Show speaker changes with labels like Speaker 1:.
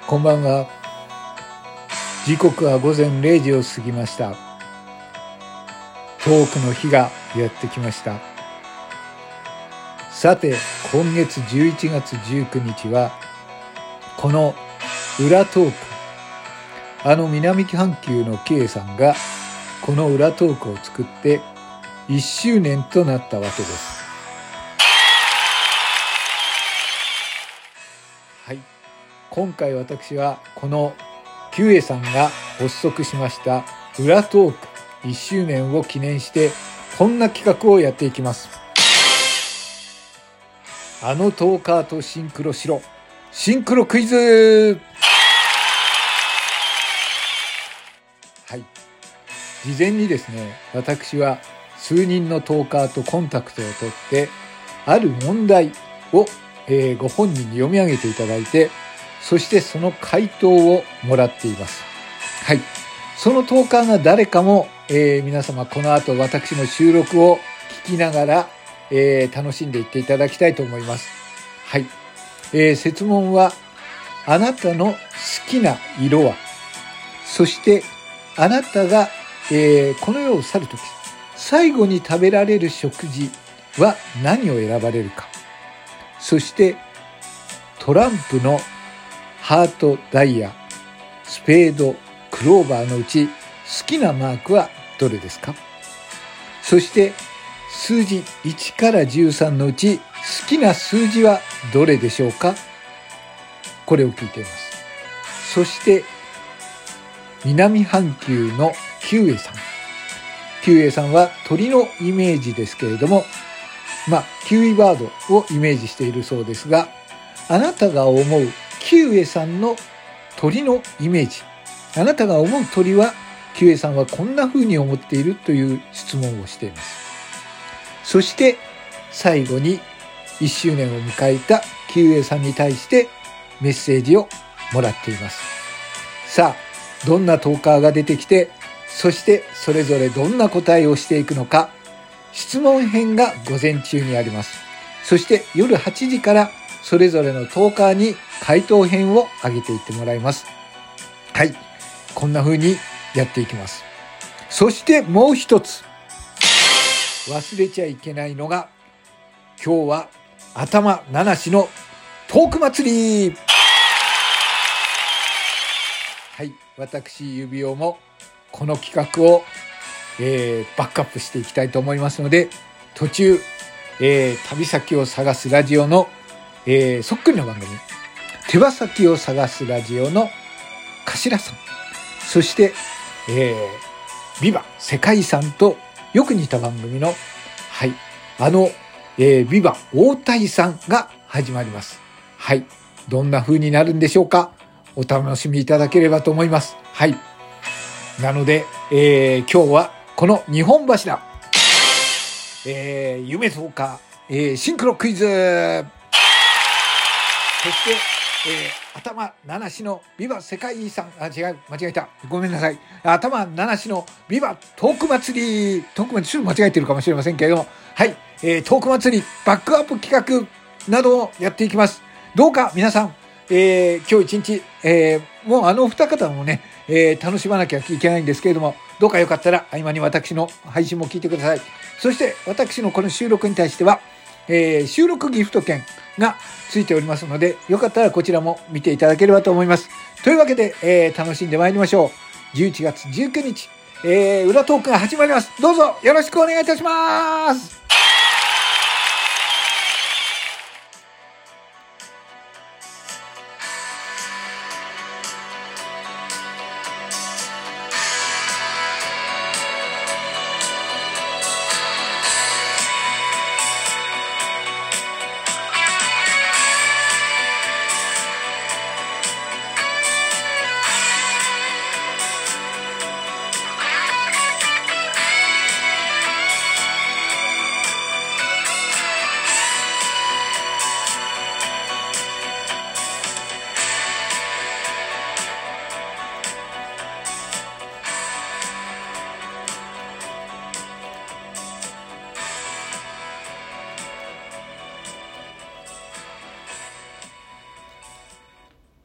Speaker 1: こんばんは。時刻は午前0時を過ぎました。トークの日がやってきました。さて、今月11月19日はこの裏トーク、南半球の K さんがこの裏トークを作って1周年となったわけです。はい、今回私はこの Q さんが発足しました裏トーク1周年を記念してこんな企画をやっていきます。トーカーとシンクロしろ、シンクロクイズ。はい、事前にですね、私は数人のトーカーとコンタクトを取ってある問題を、ご本人に読み上げていただいて、そしてその回答をもらっています。はい、そのトーカーが誰かも、皆様この後私の収録を聞きながら、楽しんでいっていただきたいと思います。はい、設問はあなたの好きな色は、そしてあなたが、この世を去るとき最後に食べられる食事は何を選ばれるか、そしてトランプのハート、ダイヤ、スペード、クローバーのうち好きなマークはどれですか？そして数字1から13のうち好きな数字はどれでしょうか？これを聞いています。そして南半球のキュウエさん。キュウエさんは鳥のイメージですけれども、キウイバードをイメージしているそうですが、あなたが思うキウエさんの鳥のイメージ、あなたが思う鳥はキウエさんはこんな風に思っているという質問をしています。そして最後に1周年を迎えたキウエさんに対してメッセージをもらっています。さあ、どんなトーカーが出てきて、そしてそれぞれどんな答えをしていくのか、質問編が午前中にあります。そして夜8時からそれぞれのトーカーに回答編を上げていってもらいます。はい、こんな風にやっていきます。そしてもう一つ忘れちゃいけないのが、今日は頭七しのトーク祭り。はい、私指輪もこの企画を、バックアップしていきたいと思いますので、途中、旅先を探すラジオの、そっくりの番組、手羽先を探すラジオの頭さん、そして、ビバ世界遺産とよく似た番組の、はい、ビバ大谷さんが始まります。はい、どんな風になるんでしょうか。お楽しみいただければと思います。はい、なので、今日はこの2本柱、夢トーカー、シンクロクイズ、そして、頭七しのビバ世界遺産、間違えた、ごめんなさい、頭七しのビバトーク祭り、ちょっと間違えてるかもしれませんけれども、はい、トーク祭りバックアップ企画などをやっていきます。どうか皆さん、今日一日、もう二方もね、楽しまなきゃいけないんですけれども、どうかよかったら合間に私の配信も聞いてください。そして私のこの収録に対しては、収録ギフト券がついておりますので、よかったらこちらも見ていただければと思います。というわけで、楽しんでまいりましょう。11月19日、裏トークが始まります。どうぞよろしくお願いいたします。